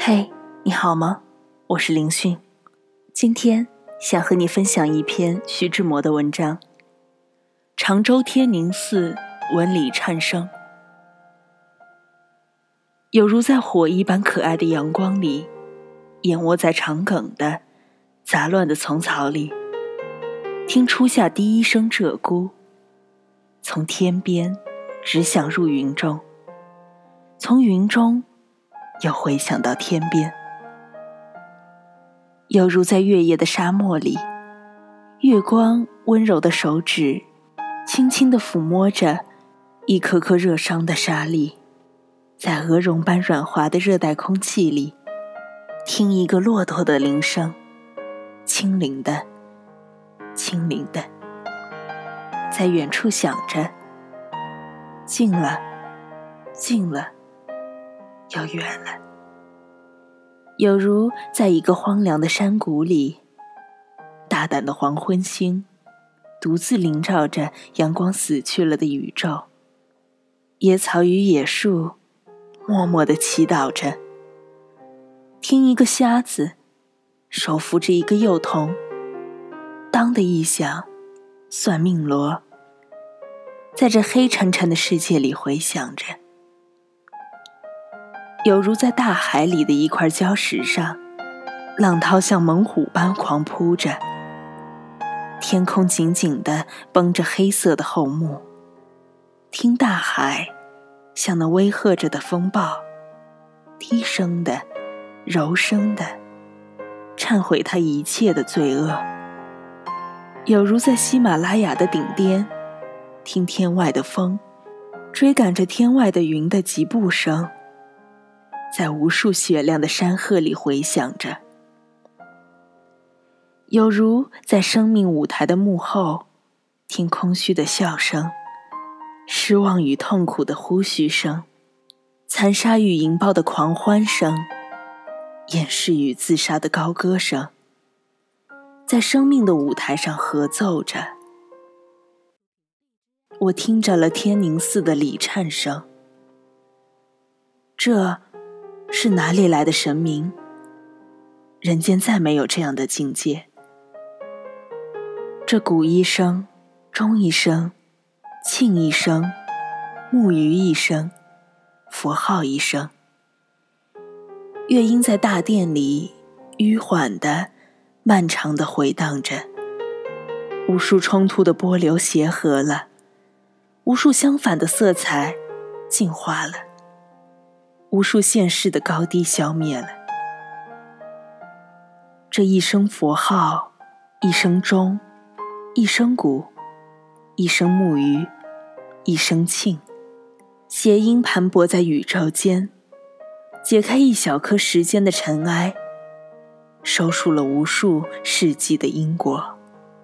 嘿，你好吗？我是林迅，今天想和你分享一篇徐志摩的文章《常州天宁寺闻李忏声》。有如在火一般可爱的阳光里，眼窝在长埂的杂乱的丛草里，听初夏第一声鹧鸪，从天边直响入云中，从云中又回响到天边。有如在月夜的沙漠里，月光温柔的手指轻轻地抚摸着一颗颗热伤的沙粒，在鹅绒般软滑的热带空气里，听一个骆驼的铃声，轻灵的，轻灵的，在远处响着，近了，近了，又远了。有如在一个荒凉的山谷里，大胆的黄昏星独自笼罩着阳光死去了的宇宙，野草与野树默默地祈祷着，听一个瞎子手扶着一个幼童，当的一响，算命锣在这黑沉沉的世界里回响着。有如在大海里的一块礁石上，浪涛像猛虎般狂扑着，天空紧紧地绷着黑色的厚幕，听大海像那威吓着的风暴，低声的，柔声的忏悔他一切的罪恶。有如在喜马拉雅的顶巅，听天外的风追赶着天外的云的疾步声，在无数雪亮的山壑里回响着。有如在生命舞台的幕后，听空虚的笑声，失望与痛苦的呼吁声，残杀与引爆的狂欢声，掩饰与自杀的高歌声，在生命的舞台上合奏着。我听着了天宁寺的礼忏声。这是哪里来的神明？人间再没有这样的境界。这鼓一声，钟一声，磬一声，木鱼一声，佛号一声，乐音在大殿里迂缓的、漫长的回荡着，无数冲突的波流协和了，无数相反的色彩净化了，无数现世的高低消灭了。这一声佛号，一声钟，一声鼓，一声木鱼，一声磬，谐音盘悖在宇宙间，解开一小颗时间的尘埃，收束了无数世纪的因果。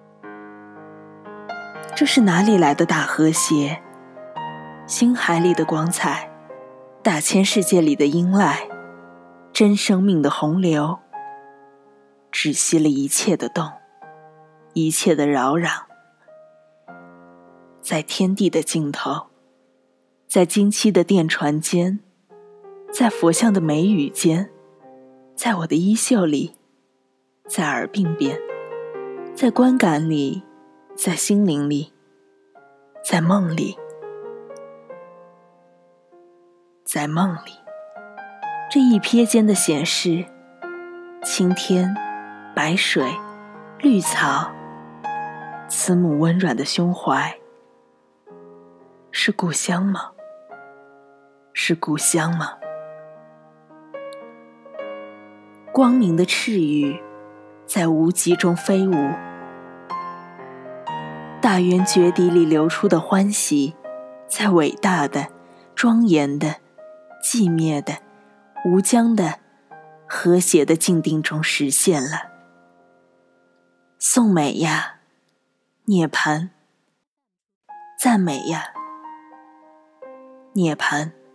这是哪里来的大和谐？星海里的光彩，大千世界里的音籁，真生命的洪流，止息了一切的动，一切的扰攘。在天地的尽头，在金漆的电传间，在佛像的眉宇间，在我的衣袖里，在耳鬓边，在观感里，在心灵里，在梦里，在梦里，这一瞥间的显示，青天、白水、绿草，慈母温软的胸怀，是故乡吗？是故乡吗？光明的赤羽在无极中飞舞，大圆绝底里流出的欢喜，在伟大的、庄严的、寂灭的、无疆的、和谐的静定中实现了。颂美呀，涅槃；赞美呀，涅槃。